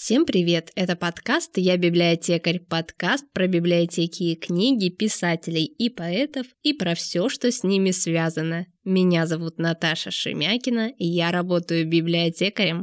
Всем привет! Это подкаст «Я библиотекарь», подкаст про библиотеки и книги, писателей и поэтов, и про все, что с ними связано. Меня зовут Наташа Шемякина, и я работаю библиотекарем.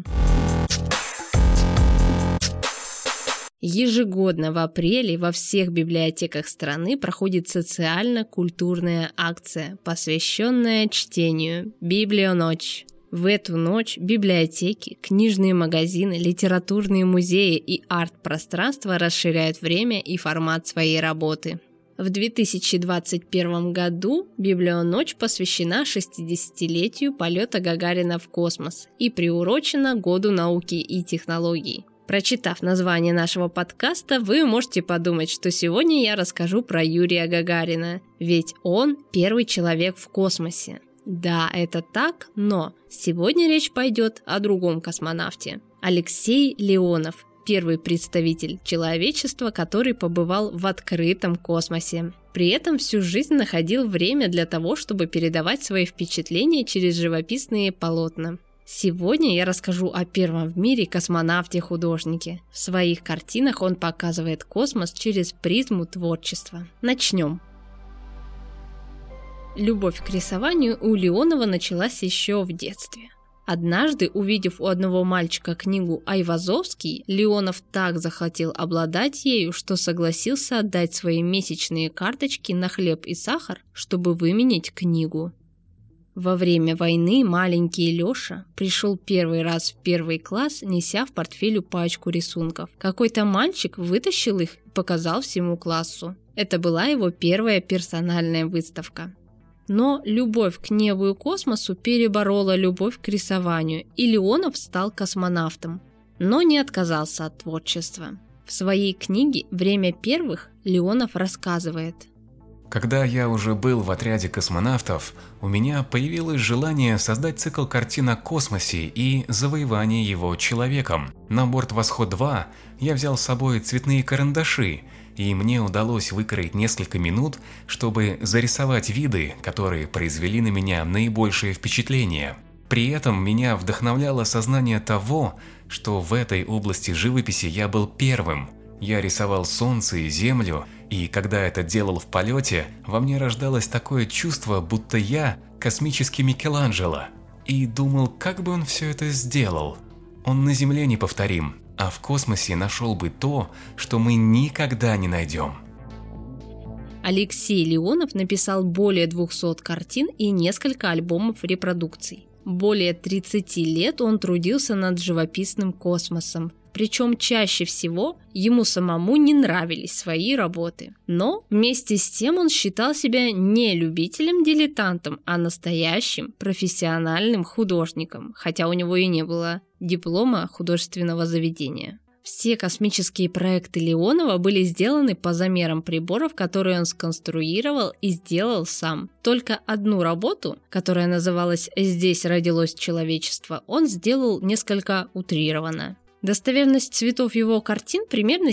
Ежегодно в апреле во всех библиотеках страны проходит социально-культурная акция, посвященная чтению «Библионочь». В эту ночь библиотеки, книжные магазины, литературные музеи и арт-пространства расширяют время и формат своей работы. В 2021 году «Библионочь» посвящена 60-летию полета Гагарина в космос и приурочена Году науки и технологий. Прочитав название нашего подкаста, вы можете подумать, что сегодня я расскажу про Юрия Гагарина, ведь он первый человек в космосе. Да, это так, но сегодня речь пойдет о другом космонавте. Алексей Леонов, первый представитель человечества, который побывал в открытом космосе. При этом всю жизнь находил время для того, чтобы передавать свои впечатления через живописные полотна. Сегодня я расскажу о первом в мире космонавте-художнике. В своих картинах он показывает космос через призму творчества. Начнем. Любовь к рисованию у Леонова началась еще в детстве. Однажды, увидев у одного мальчика книгу «Айвазовский», Леонов так захотел обладать ею, что согласился отдать свои месячные карточки на хлеб и сахар, чтобы выменять книгу. Во время войны маленький Леша пришел первый раз в первый класс, неся в портфеле пачку рисунков. Какой-то мальчик вытащил их и показал всему классу. Это была его первая персональная выставка. Но любовь к небу и космосу переборола любовь к рисованию, и Леонов стал космонавтом, но не отказался от творчества. В своей книге «Время первых» Леонов рассказывает: Когда я уже был в отряде космонавтов, у меня появилось желание создать цикл картин о космосе и завоевании его человеком. На борт «Восход-2» я взял с собой цветные карандаши, и мне удалось выкроить несколько минут, чтобы зарисовать виды, которые произвели на меня наибольшее впечатление. При этом меня вдохновляло сознание того, что в этой области живописи я был первым. Я рисовал солнце и землю, и когда это делал в полете, во мне рождалось такое чувство, будто я космический Микеланджело. И думал, как бы он все это сделал. Он на Земле неповторим, а в космосе нашел бы то, что мы никогда не найдем. Алексей Леонов написал более 200 картин и несколько альбомов репродукций. Более 30 лет он трудился над живописным космосом. Причем чаще всего ему самому не нравились свои работы. Но вместе с тем он считал себя не любителем-дилетантом, а настоящим профессиональным художником, хотя у него и не было диплома художественного заведения. Все космические проекты Леонова были сделаны по замерам приборов, которые он сконструировал и сделал сам. Только одну работу, которая называлась «Здесь родилось человечество», он сделал несколько утрированно. Достоверность цветов его картин примерно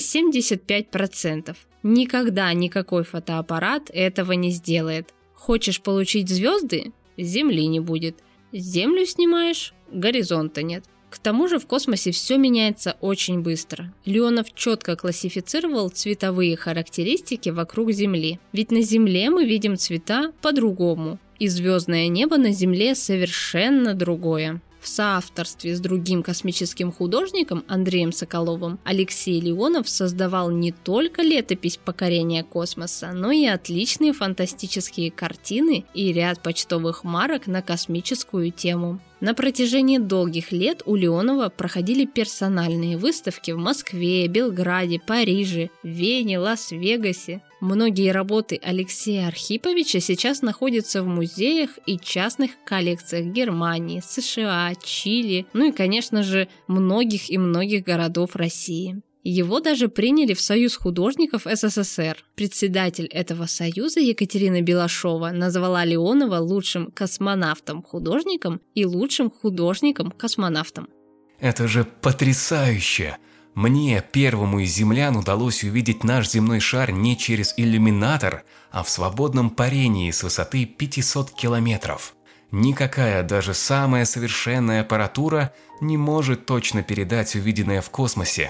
75%. Никогда никакой фотоаппарат этого не сделает. Хочешь получить звезды? Земли не будет. Землю снимаешь? Горизонта нет. К тому же в космосе все меняется очень быстро. Леонов четко классифицировал цветовые характеристики вокруг Земли. Ведь на Земле мы видим цвета по-другому, и звездное небо на Земле совершенно другое. В соавторстве с другим космическим художником Андреем Соколовым Алексей Леонов создавал не только летопись покорения космоса, но и отличные фантастические картины и ряд почтовых марок на космическую тему. На протяжении долгих лет у Леонова проходили персональные выставки в Москве, Белграде, Париже, Вене, Лас-Вегасе. Многие работы Алексея Архиповича сейчас находятся в музеях и частных коллекциях Германии, США, Чили, ну и, конечно же, многих и многих городов России. Его даже приняли в Союз художников СССР. Председатель этого союза Екатерина Белашова назвала Леонова лучшим космонавтом-художником и лучшим художником-космонавтом. Это же потрясающе! Мне, первому из землян, удалось увидеть наш земной шар не через иллюминатор, а в свободном парении с высоты 500 километров. Никакая, даже самая совершенная аппаратура не может точно передать увиденное в космосе.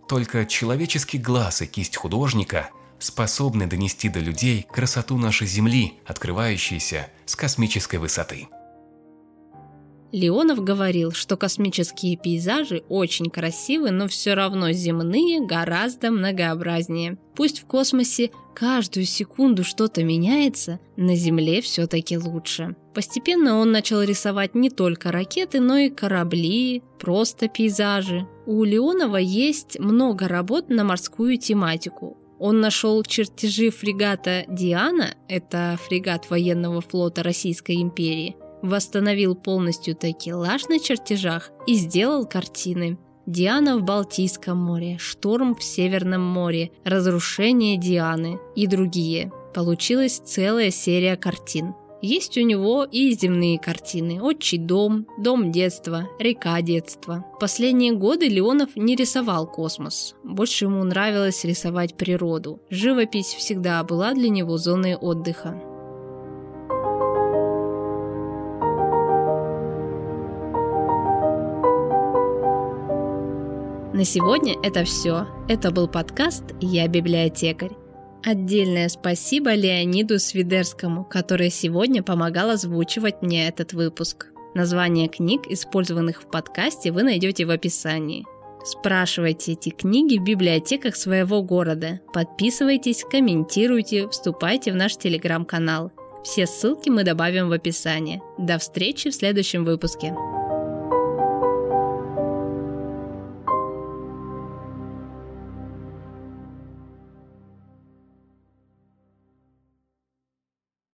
Только человеческий глаз и кисть художника способны донести до людей красоту нашей Земли, открывающейся с космической высоты. Леонов говорил, что космические пейзажи очень красивы, но все равно земные гораздо многообразнее. Пусть в космосе каждую секунду что-то меняется, на Земле все-таки лучше. Постепенно он начал рисовать не только ракеты, но и корабли, просто пейзажи. У Леонова есть много работ на морскую тематику. Он нашел чертежи фрегата «Диана», это фрегат военного флота Российской империи, восстановил полностью такелаж на чертежах и сделал картины. Диана в Балтийском море, шторм в Северном море, разрушение Дианы и другие. Получилась целая серия картин. Есть у него и земные картины: «Отчий дом», «Дом детства», «Река детства». Последние годы Леонов не рисовал космос. Больше ему нравилось рисовать природу. Живопись всегда была для него зоной отдыха. На сегодня это все. Это был подкаст «Я библиотекарь». Отдельное спасибо Леониду Свидерскому, который сегодня помогал озвучивать мне этот выпуск. Названия книг, использованных в подкасте, вы найдете в описании. Спрашивайте эти книги в библиотеках своего города. Подписывайтесь, комментируйте, вступайте в наш телеграм-канал. Все ссылки мы добавим в описание. До встречи в следующем выпуске.